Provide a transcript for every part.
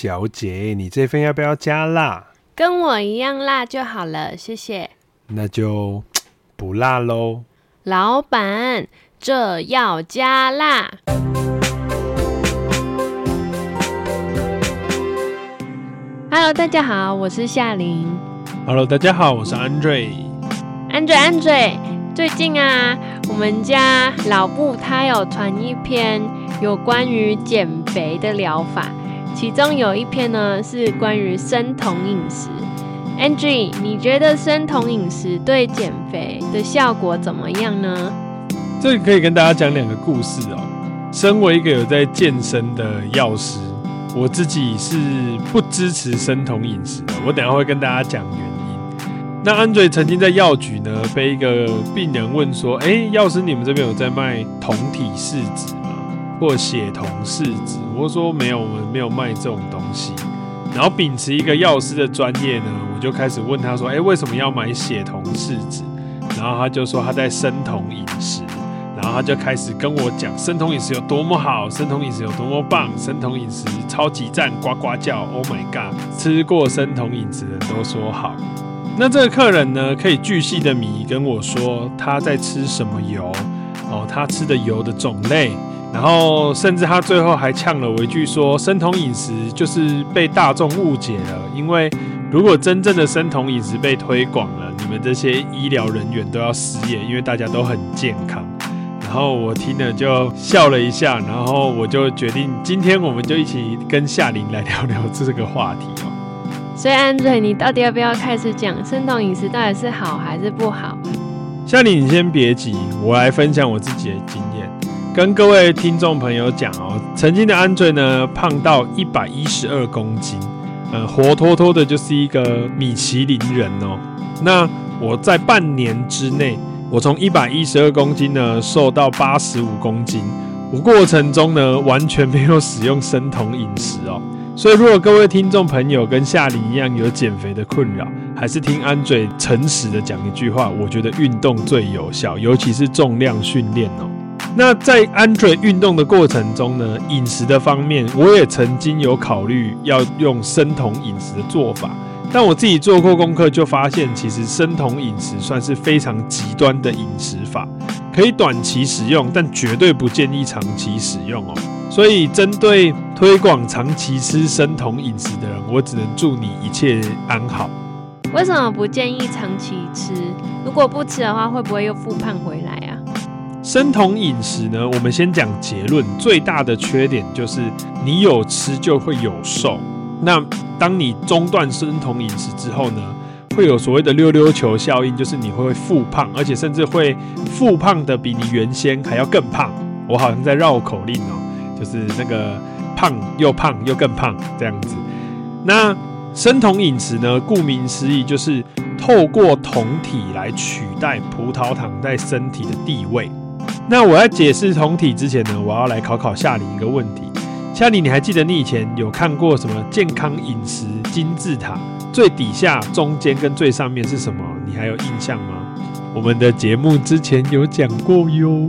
小姐，你这份要不要加辣？ 跟我一样辣就好了，谢谢。 那就不辣咯。 老板，这要加辣。Hello， 大家好，我是夏琳。 Hello， 大家好，我是 Andre。 Andre， 最近啊，我们家老布他有传一篇有关于减肥的疗法，其中有一篇呢是关于生酮饮食。Andre， 你觉得生酮饮食对减肥的效果怎么样呢？ 这可以跟大家讲两个故事哦。身为一个有在健身的药师，我自己是不支持生酮饮食的，我等一下会跟大家讲原因。那安瑞曾经在药局呢，被一个病人问说：“药师，你们这边有在卖酮体试纸吗？或血酮试纸？”我说：“没有，我们没有卖这种东西。”然后秉持一个药师的专业呢，我就开始问他说：“为什么要买血酮试纸？”然后他就说他在生酮饮食。然后他就开始跟我讲生酮饮食有多么好，生酮饮食有多么棒，生酮饮食超级赞，呱呱叫 ，Oh my god！ 吃过生酮饮食的人都说好。那这个客人呢，可以巨细的米跟我说他在吃什么油，他吃的油的种类，然后甚至他最后还呛了我一句说，生酮饮食就是被大众误解了，因为如果真正的生酮饮食被推广了，你们这些医疗人员都要失业，因为大家都很健康。然后我听了就笑了一下，然后我就决定今天我们就一起跟夏琳来聊聊这个话题哦。 所以安瑞，你到底要不要开始讲生酮饮食到底是好还是不好？ 夏琳，你先别急，我来分享我自己的经验，跟各位听众朋友讲哦。曾经的安瑞呢，胖到112公斤，活脱脱的就是一个米其林人哦。那我在半年之内，我从112公斤呢瘦到85公斤，我过程中呢完全没有使用生酮饮食哦。所以如果各位听众朋友跟夏琳一样有减肥的困扰，还是听安瑞诚实的讲一句话，我觉得运动最有效，尤其是重量训练哦。那在安瑞运动的过程中呢，饮食的方面我也曾经有考虑要用生酮饮食的做法，但我自己做过功课就发现，其实生酮饮食算是非常极端的饮食法，可以短期使用，但绝对不建议长期使用哦。所以针对推广长期吃生酮饮食的人，我只能祝你一切安好。 为什么不建议长期吃？如果不吃的话，会不会又复胖回来啊？ 生酮饮食呢，我们先讲结论，最大的缺点就是你有吃就会有瘦。那当你中断生酮饮食之后呢，会有所谓的溜溜球效应，就是你会复胖，而且甚至会复胖的比你原先还要更胖。我好像在绕口令哦，就是那个胖又更胖这样子。那生酮饮食呢，顾名思义就是透过酮体来取代葡萄糖在身体的地位。那我在解释酮体之前呢，我要来考夏琳一个问题。夏琳，你还记得你以前有看过什么健康饮食金字塔？最底下、中间跟最上面是什么？你还有印象吗？我们的节目之前有讲过哟。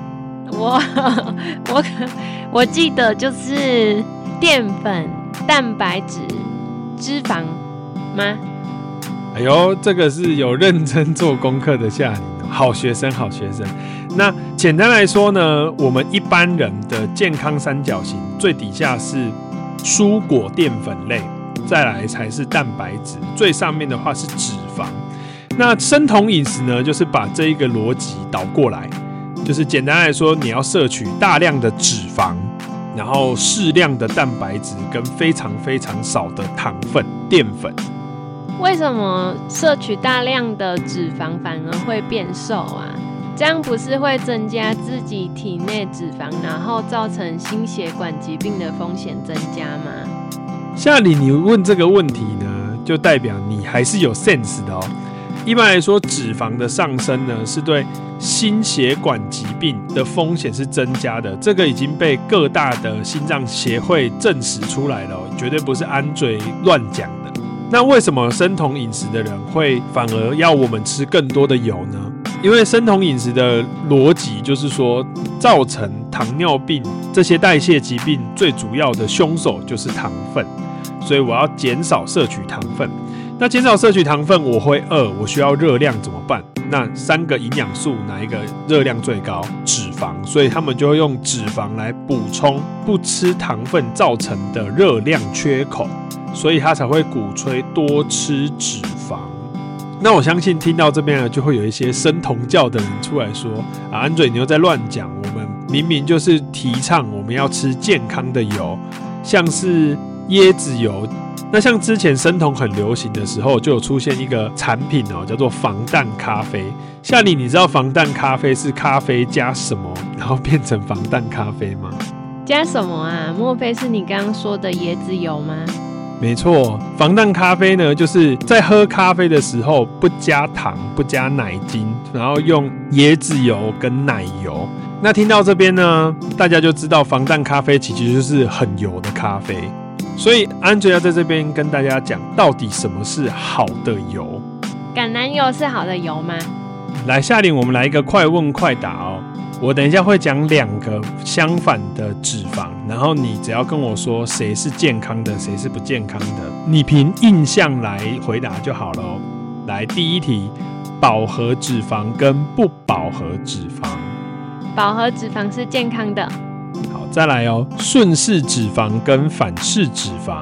我记得就是淀粉、蛋白质、脂肪吗？ 哎呦，这个是有认真做功课的夏琳，好学生。那简单来说呢，我们一般人的健康三角形，最底下是蔬果淀粉类，再来才是蛋白质，最上面的话是脂肪。那生酮饮食呢，就是把这一个逻辑倒过来，就是简单来说，你要摄取大量的脂肪，然后适量的蛋白质跟非常非常少的糖分、淀粉。 为什么摄取大量的脂肪反而会变瘦啊？这样不是会增加自己体内脂肪，然后造成心血管疾病的风险增加吗？ 夏琳，你问这个问题呢，就代表你还是有 sense 的哦。一般来说，脂肪的上升呢，是对心血管疾病的风险是增加的，这个已经被各大的心脏协会证实出来了哦，绝对不是安嘴乱讲的。那为什么生酮饮食的人会反而要我们吃更多的油呢？因为生酮饮食的逻辑就是说，造成糖尿病这些代谢疾病最主要的凶手就是糖分。 所以我要减少摄取糖分。那减少摄取糖分，我会饿，我需要热量怎么办？那3个营养素哪一个热量最高？脂肪，所以他们就会用脂肪来补充不吃糖分造成的热量缺口，所以他才会鼓吹多吃脂肪。那我相信听到这边呢，就会有一些生酮教的人出来说啊，安嘴你又在乱讲，我们明明就是提倡我们要吃健康的油，像是椰子油。那像之前生酮很流行的时候，就有出现一个产品叫做防弹咖啡。夏琳，你知道防弹咖啡是咖啡加什么，然后变成防弹咖啡吗？ 加什么啊？莫非是你刚刚说的椰子油吗？ 没错，防弹咖啡呢，就是在喝咖啡的时候不加糖、不加奶精，然后用椰子油跟奶油。那听到这边呢，大家就知道防弹咖啡其实就是很油的咖啡。所以安卓要在这边跟大家讲，到底什么是好的油？ 橄榄油是好的油吗？ 来，夏琳，我们来一个快问快答哦。我等一下会讲2个相反的脂肪，然后你只要跟我说谁是健康的，谁是不健康的，你凭印象来回答就好了哦。来，第一题，饱和脂肪跟不饱和脂肪。 饱和脂肪是健康的。 好，再来哦，顺势脂肪跟反式脂肪。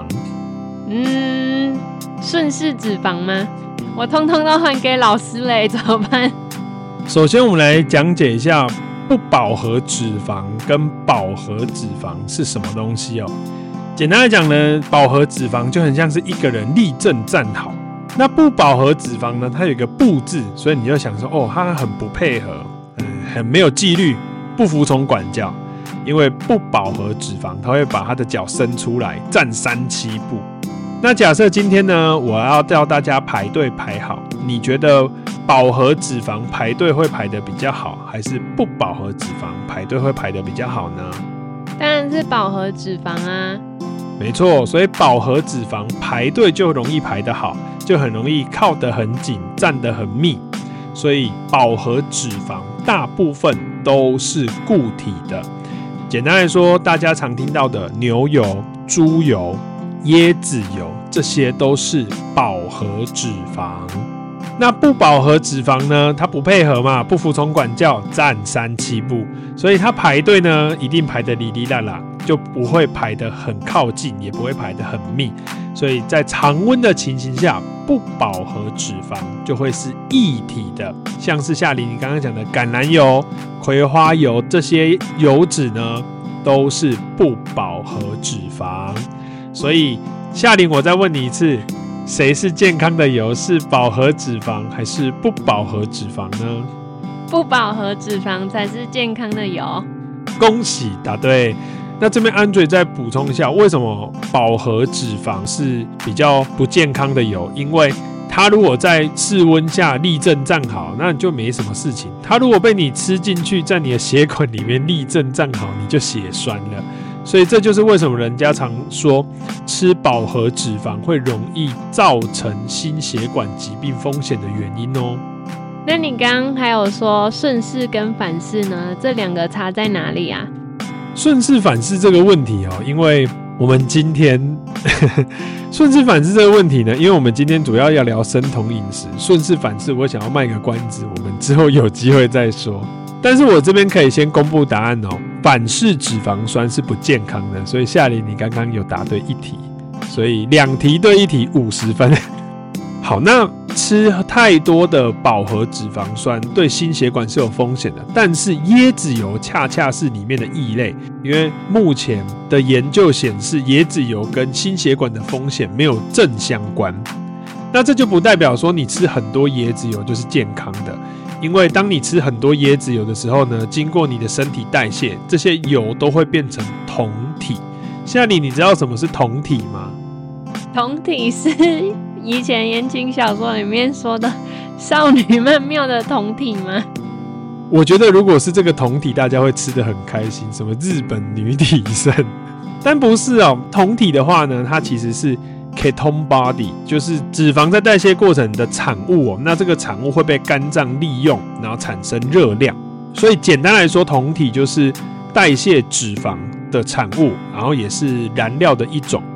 顺势脂肪吗？我通通都还给老师嘞，怎么办？ 首先，我们来讲解一下不饱和脂肪跟饱和脂肪是什么东西哦。简单来讲呢，饱和脂肪就很像是一个人立正站好，那不饱和脂肪呢，它有一个不字，所以你就想说，哦，它很不配合，很没有纪律，不服从管教。因为不饱和脂肪，它会把它的脚伸出来，站3、7步。那假设今天呢，我要叫大家排队排好，你觉得饱和脂肪排队会排得比较好，还是不饱和脂肪排队会排得比较好呢？ 当然是饱和脂肪啊。 没错，所以饱和脂肪排队就容易排得好，就很容易靠得很紧，站得很密。所以饱和脂肪大部分都是固体的。简单来说，大家常听到的牛油、猪油、椰子油，这些都是饱和脂肪。那不饱和脂肪呢？它不配合嘛，不服从管教，站3、7步，所以它排队呢，一定排得哩哩啦啦，就不会排得很靠近，也不会排得很密。所以在常温的情形下，不饱和脂肪就会是液体的，像是夏琳你刚刚讲的橄榄油、葵花油这些油脂呢，都是不饱和脂肪。所以夏琳，我再问你一次，谁是健康的油？是饱和脂肪还是不饱和脂肪呢？ 不饱和脂肪才是健康的油。 恭喜答对。那这边Andre再补充一下，为什么饱和脂肪是比较不健康的油？因为它如果在室温下立正站好，那你就没什么事情。它如果被你吃进去，在你的血管里面立正站好，你就血栓了。所以这就是为什么人家常说吃饱和脂肪会容易造成心血管疾病风险的原因哦。 那你刚刚还有说顺势跟反势呢，这2个差在哪里啊？ 顺势反势这个问题因为我们今天顺势反势这个问题呢，因为我们今天主要要聊生酮饮食，顺势反势我想要卖个关子，我们之后有机会再说。但是我这边可以先公布答案反式脂肪酸是不健康的，所以夏琳你刚刚有答对1题，所以2题对1题50分。好，那吃太多的饱和脂肪酸对心血管是有风险的，但是椰子油恰恰是里面的异类，因为目前的研究显示，椰子油跟心血管的风险没有正相关。那这就不代表说你吃很多椰子油就是健康的，因为当你吃很多椰子油的时候呢，经过你的身体代谢，这些油都会变成酮体。夏琳，你知道什么是酮体吗？ 酮体是以前言情小说里面说的少女曼妙的酮体吗？ 我觉得如果是这个酮体，大家会吃得很开心，什么日本女体盛，但不是酮体的话呢，它其实是 ketone body， 就是脂肪在代谢过程的产物那这个产物会被肝脏利用，然后产生热量。所以简单来说，酮体就是代谢脂肪的产物，然后也是燃料的一种。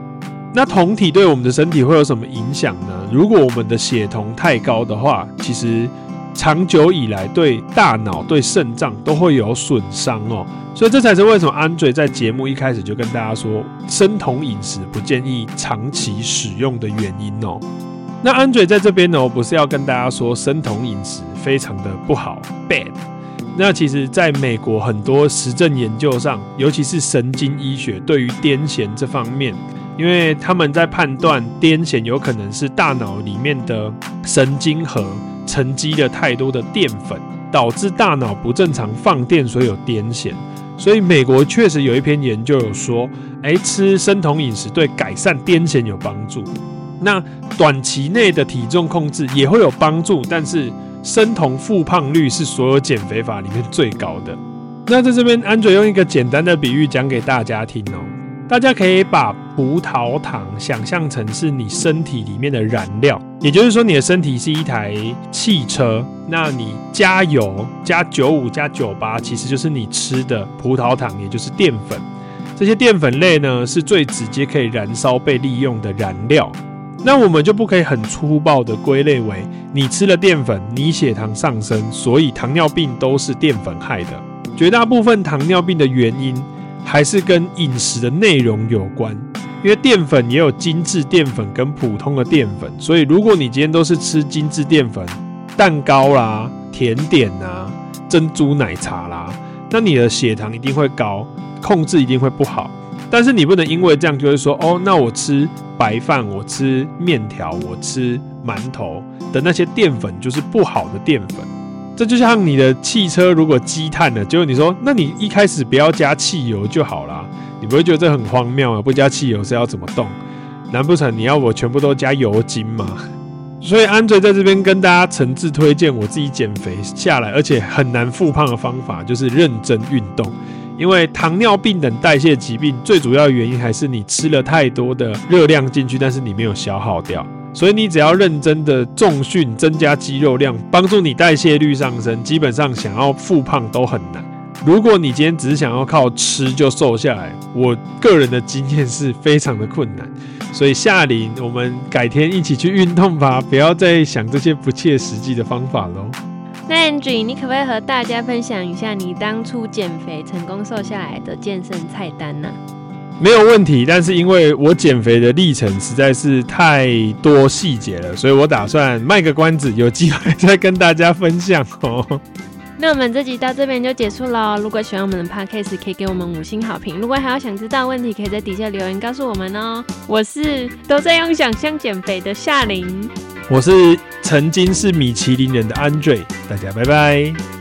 那酮体对我们的身体会有什么影响呢？如果我们的血酮太高的话，其实长久以来对大脑、对肾脏都会有损伤哦。所以这才是为什么Andre在节目一开始就跟大家说，生酮饮食不建议长期使用的原因哦。那Andre在这边呢，我不是要跟大家说生酮饮食非常的不好 bad。那其实在美国很多实证研究上，尤其是神经医学对于癫痫这方面，因为他们在判断癫痫有可能是大脑里面的神经核沉积了太多的淀粉，导致大脑不正常放电，所以有癫痫。所以美国确实有一篇研究有说，吃生酮饮食对改善癫痫有帮助。那短期内的体重控制也会有帮助，但是生酮复胖率是所有减肥法里面最高的。那在这边Andre用一个简单的比喻讲给大家听哦。大家可以把葡萄糖想象成是你身体里面的燃料，也就是说你的身体是一台汽车，那你加油加95加98其实就是你吃的葡萄糖，也就是淀粉。这些淀粉类呢是最直接可以燃烧被利用的燃料。那我们就不可以很粗暴的归类为你吃了淀粉你血糖上升，所以糖尿病都是淀粉害的。绝大部分糖尿病的原因还是跟饮食的内容有关，因为淀粉也有精致淀粉跟普通的淀粉，所以如果你今天都是吃精致淀粉，蛋糕啦、甜点啦、珍珠奶茶啦，那你的血糖一定会高，控制一定会不好。但是你不能因为这样就会说，那我吃白饭，我吃面条，我吃馒头的那些淀粉就是不好的淀粉。这就像你的汽车如果积碳了，结果你说那你一开始不要加汽油就好啦，你不会觉得这很荒谬啊？不加汽油是要怎么动？难不成你要我全部都加油精吗？所以Andre在这边跟大家诚挚推荐我自己减肥下来而且很难复胖的方法，就是认真运动。因为糖尿病等代谢疾病最主要的原因还是你吃了太多的热量进去，但是你没有消耗掉。所以你只要认真的重训，增加肌肉量，帮助你代谢率上升，基本上想要复胖都很难。如果你今天只是想要靠吃就瘦下来，我个人的经验是非常的困难。所以夏琳，我们改天一起去运动吧，不要再想这些不切实际的方法咯。 那 Andre， 你可不可以和大家分享一下你当初减肥成功瘦下来的健身菜单呢？ 没有问题，但是因为我减肥的历程实在是太多细节了，所以我打算卖个关子，有机会再跟大家分享哦。 那我们这集到这边就结束了。如果喜欢我们的 Podcast， 可以给我们5星好评。如果还有想知道的问题，可以在底下留言告诉我们哦。我是都在用想象减肥的夏琳， 我是曾经是米其林人的Andre，大家拜拜。